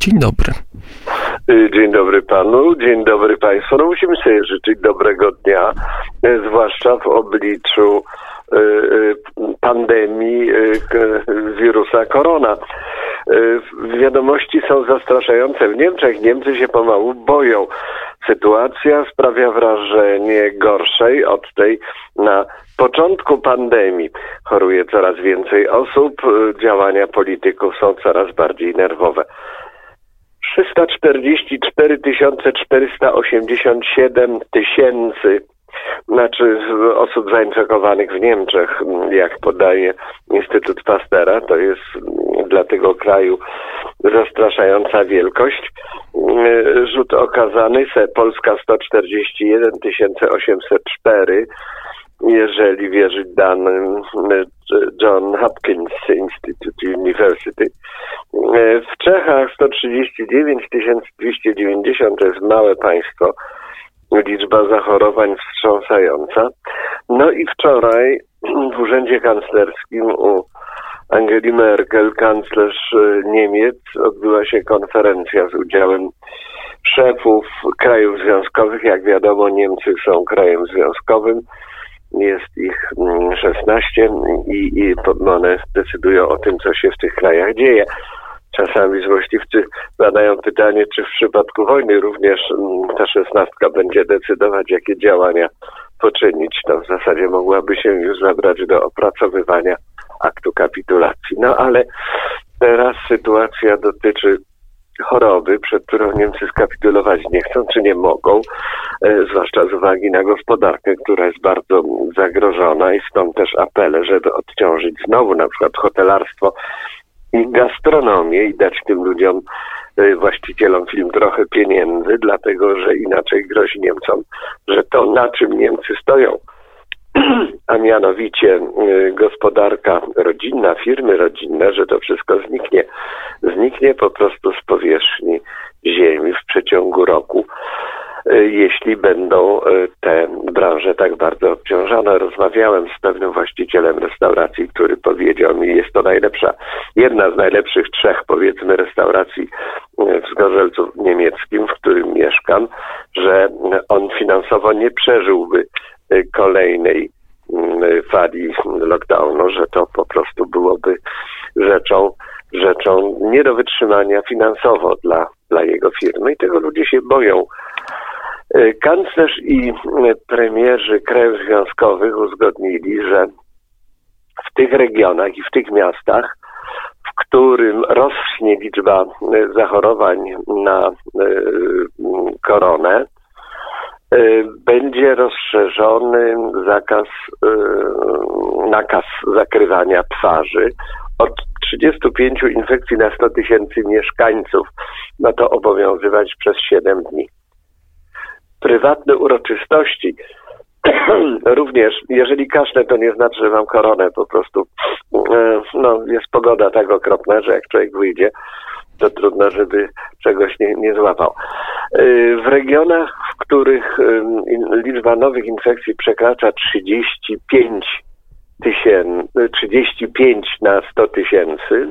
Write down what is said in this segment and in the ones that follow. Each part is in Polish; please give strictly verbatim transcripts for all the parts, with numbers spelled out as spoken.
Dzień dobry. Dzień dobry panu, dzień dobry państwu. No musimy sobie życzyć dobrego dnia, zwłaszcza w obliczu pandemii wirusa korona. Wiadomości są zastraszające. W Niemczech Niemcy się pomału boją. Sytuacja sprawia wrażenie gorszej od tej na początku pandemii. Choruje coraz więcej osób, działania polityków są coraz bardziej nerwowe. trzysta czterdzieści cztery tysiące czterysta osiemdziesiąt siedem tysięcy znaczy osób zainfekowanych w Niemczech, jak podaje Instytut Pastera, to jest dla tego kraju zastraszająca wielkość. Rzut okazany, Polska sto czterdzieści jeden tysięcy osiemset cztery, jeżeli wierzyć danym John Hopkins Institute University. W Czechach sto trzydzieści dziewięć tysięcy dwieście dziewięćdziesiąt, to jest małe państwo, liczba zachorowań wstrząsająca. No i wczoraj w Urzędzie Kanclerskim u Angeli Merkel, kanclerz Niemiec, odbyła się konferencja z udziałem szefów krajów związkowych. Jak wiadomo, Niemcy są krajem związkowym. Jest ich szesnaście i, i one decydują o tym, co się w tych krajach dzieje. Czasami złośliwcy zadają pytanie, czy w przypadku wojny również ta szesnastka będzie decydować, jakie działania poczynić. To w zasadzie mogłaby się już zabrać do opracowywania aktu kapitulacji. No ale teraz sytuacja dotyczy choroby, przed którą Niemcy skapitulować nie chcą, czy nie mogą, e, zwłaszcza z uwagi na gospodarkę, która jest bardzo zagrożona i stąd też apele, żeby odciążyć znowu na przykład hotelarstwo i gastronomię i dać tym ludziom, e, właścicielom firm trochę pieniędzy, dlatego że inaczej grozi Niemcom, że to, na czym Niemcy stoją, a mianowicie y, gospodarka rodzinna, firmy rodzinne, że to wszystko zniknie. Zniknie po prostu z powierzchni ziemi w przeciągu roku, y, jeśli będą y, te branże tak bardzo obciążone. Rozmawiałem z pewnym właścicielem restauracji, który powiedział mi, jest to najlepsza, jedna z najlepszych trzech, powiedzmy, restauracji y, w Zgorzelcu niemieckim, w którym mieszkam, że on finansowo nie przeżyłby kolejnej fali lockdownu, że to po prostu byłoby rzeczą, rzeczą nie do wytrzymania finansowo dla, dla jego firmy i tego ludzie się boją. Kanclerz i premierzy krajów związkowych uzgodnili, że w tych regionach i w tych miastach, w którym rośnie liczba zachorowań na koronę, będzie rozszerzony zakaz, nakaz zakrywania twarzy. Od trzydziestu pięciu infekcji na sto tysięcy mieszkańców ma to obowiązywać przez siedem dni. Prywatne uroczystości również, jeżeli kaszlę, to nie znaczy, że mam koronę, po prostu no, jest pogoda tak okropna, że jak człowiek wyjdzie, to trudno, żeby czegoś nie, nie złapał. W regionach, w których liczba nowych infekcji przekracza trzydzieści pięć tysięcy, trzydzieści pięć na sto tysięcy,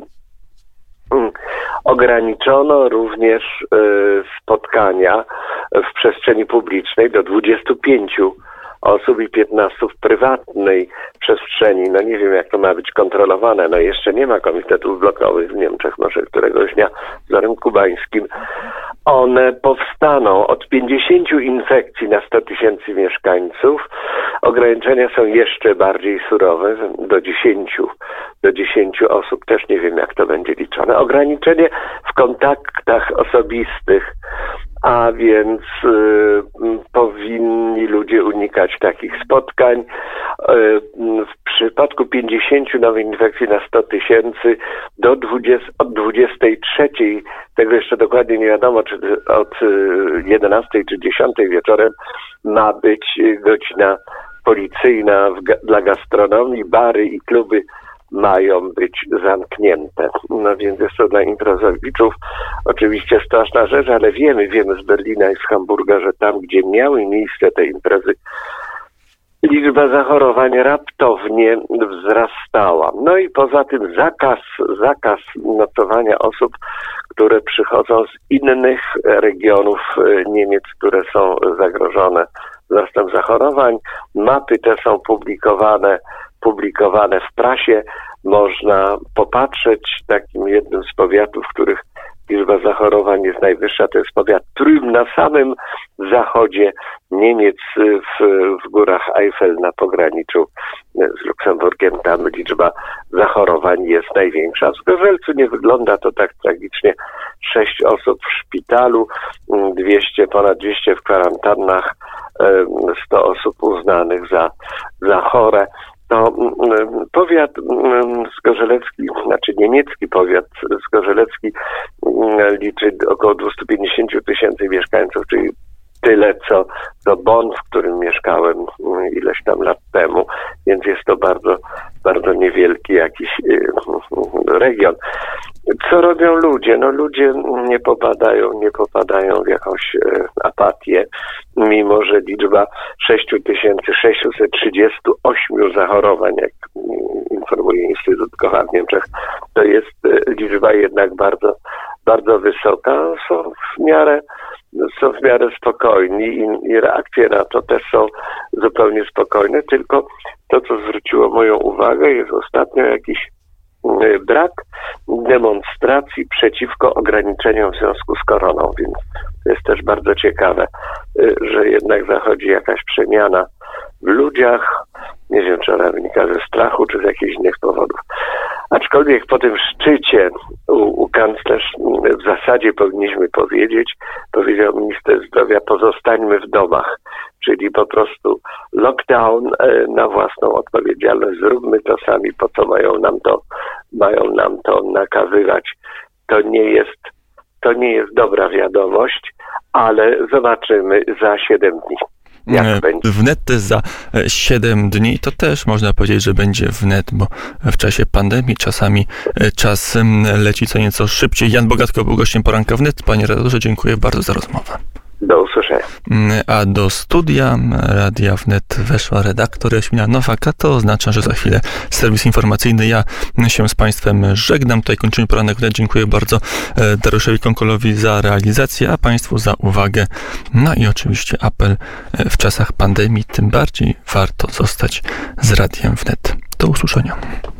ograniczono również spotkania w przestrzeni publicznej do dwudziestu pięciu osób i piętnastu w prywatnej przestrzeni. No nie wiem, jak to ma być kontrolowane. No jeszcze nie ma komitetów blokowych w Niemczech, może któregoś dnia wzorem kubańskim. One powstaną od pięćdziesięciu infekcji na sto tysięcy mieszkańców. Ograniczenia są jeszcze bardziej surowe, do dziesięciu, do dziesięciu osób. Też nie wiem, jak to będzie liczone. Ograniczenie w kontaktach osobistych, a więc y, powinni ludzie unikać takich spotkań. Y, w przypadku pięćdziesięciu nowych infekcji na sto tysięcy do dwudziestu, od dwudziestej trzeciej, tego jeszcze dokładnie nie wiadomo, czy od jedenastej czy dziesiątej wieczorem ma być godzina policyjna w, dla gastronomii, bary i kluby mają być zamknięte. No więc jest to dla imprezowiczów oczywiście straszna rzecz, ale wiemy, wiemy z Berlina i z Hamburga, że tam, gdzie miały miejsce te imprezy liczba zachorowań raptownie wzrastała. No i poza tym zakaz, zakaz notowania osób, które przychodzą z innych regionów Niemiec, które są zagrożone wzrostem zachorowań. Mapy te są publikowane, publikowane w prasie. Można popatrzeć, takim jednym z powiatów, w których liczba zachorowań jest najwyższa, to jest powiat Trüm na samym zachodzie Niemiec, w, w górach Eifel na pograniczu z Luksemburgiem. Tam liczba zachorowań jest największa. W Gorzelcu nie wygląda to tak tragicznie. Sześć osób w szpitalu, dwieście, ponad dwieście w kwarantannach, sto osób uznanych za, za chore. To powiat zgorzelecki, znaczy niemiecki powiat zgorzelecki liczy około dwieście pięćdziesiąt tysięcy mieszkańców, czyli tyle co, co Bonn, w którym mieszkałem ileś tam lat temu, więc jest to bardzo, bardzo niewielki jakiś region. Co robią ludzie? No ludzie nie popadają, nie popadają w jakąś apatię, mimo że liczba sześć tysięcy sześćset trzydzieści osiem zachorowań, jak informuje Instytut Kocha w Niemczech, to jest liczba jednak bardzo, bardzo wysoka. Są w miarę, są w miarę spokojni i, i reakcje na to też są zupełnie spokojne, tylko to, co zwróciło moją uwagę, jest ostatnio jakiś brak demonstracji przeciwko ograniczeniom w związku z koroną, więc to jest też bardzo ciekawe, że jednak zachodzi jakaś przemiana w ludziach. Nie wiem, czy ona wynika ze strachu, czy z jakichś innych powodów. Aczkolwiek po tym szczycie u, u kanclerz w zasadzie powinniśmy powiedzieć, powiedział minister zdrowia, pozostańmy w domach, czyli po prostu lockdown na własną odpowiedzialność, zróbmy to sami, po co mają nam to, mają nam to nakazywać. To nie jest, to nie jest dobra wiadomość, ale zobaczymy za siedem dni. Wnet za siedem dni, to też można powiedzieć, że będzie wnet, bo w czasie pandemii czasami czas leci co nieco szybciej. Jan Bogatko był gościem poranka wnet. Panie redaktorze, dziękuję bardzo za rozmowę. Do usłyszenia. A do studia Radia Wnet weszła redaktor Jaśmina Nowaka. To oznacza, że za chwilę serwis informacyjny. Ja się z Państwem żegnam. Tutaj kończymy poranek wnet. Dziękuję bardzo Dariuszowi Konkolowi za realizację, a Państwu za uwagę. No i oczywiście apel: w czasach pandemii tym bardziej warto zostać z Radiem Wnet. Do usłyszenia.